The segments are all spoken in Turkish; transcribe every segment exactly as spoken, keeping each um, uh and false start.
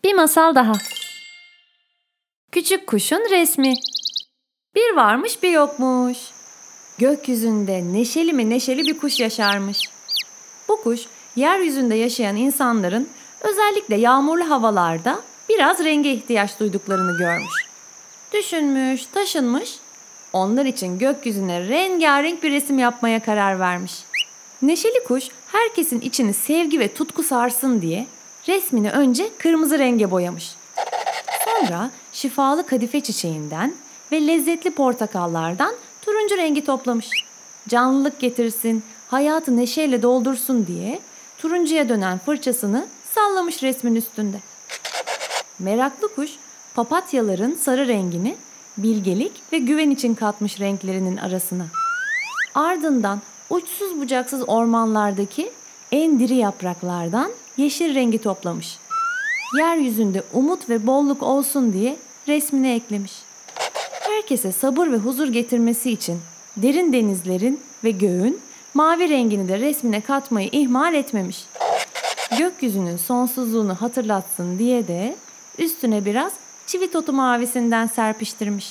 Bir masal daha. Küçük kuşun resmi. Bir varmış bir yokmuş. Gökyüzünde neşeli mi neşeli bir kuş yaşarmış. Bu kuş yeryüzünde yaşayan insanların özellikle yağmurlu havalarda biraz renge ihtiyaç duyduklarını görmüş. Düşünmüş, taşınmış. Onlar için gökyüzüne rengarenk bir resim yapmaya karar vermiş. Neşeli kuş herkesin içini sevgi ve tutku sarsın diye resmini önce kırmızı renge boyamış. Sonra şifalı kadife çiçeğinden ve lezzetli portakallardan turuncu rengi toplamış. Canlılık getirsin, hayatı neşeyle doldursun diye turuncuya dönen fırçasını sallamış resmin üstünde. Meraklı kuş papatyaların sarı rengini bilgelik ve güven için katmış renklerinin arasına. Ardından uçsuz bucaksız ormanlardaki en diri yapraklardan yeşil rengi toplamış. Yeryüzünde umut ve bolluk olsun diye resmine eklemiş. Herkese sabır ve huzur getirmesi için derin denizlerin ve göğün mavi rengini de resmine katmayı ihmal etmemiş. Gökyüzünün sonsuzluğunu hatırlatsın diye de üstüne biraz çivitotu mavisinden serpiştirmiş.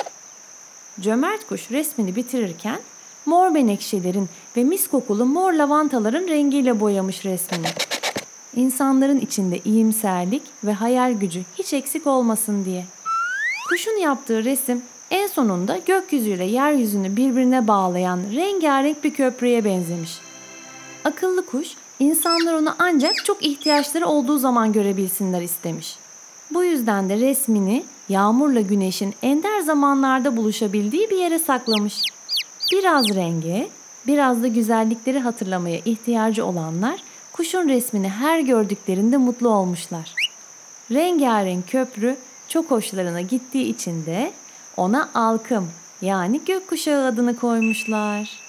Cömert kuş resmini bitirirken mor menekşelerin ve mis kokulu mor lavantaların rengiyle boyamış resmini. İnsanların içinde iyimserlik ve hayal gücü hiç eksik olmasın diye. Kuşun yaptığı resim en sonunda gökyüzüyle yeryüzünü birbirine bağlayan rengarenk bir köprüye benzemiş. Akıllı kuş, insanlar onu ancak çok ihtiyaçları olduğu zaman görebilsinler istemiş. Bu yüzden de resmini yağmurla güneşin ender zamanlarda buluşabildiği bir yere saklamış. Biraz renge, biraz da güzellikleri hatırlamaya ihtiyacı olanlar kuşun resmini her gördüklerinde mutlu olmuşlar. Rengarenk köprü çok hoşlarına gittiği için de ona Alkım yani gökkuşağı adını koymuşlar.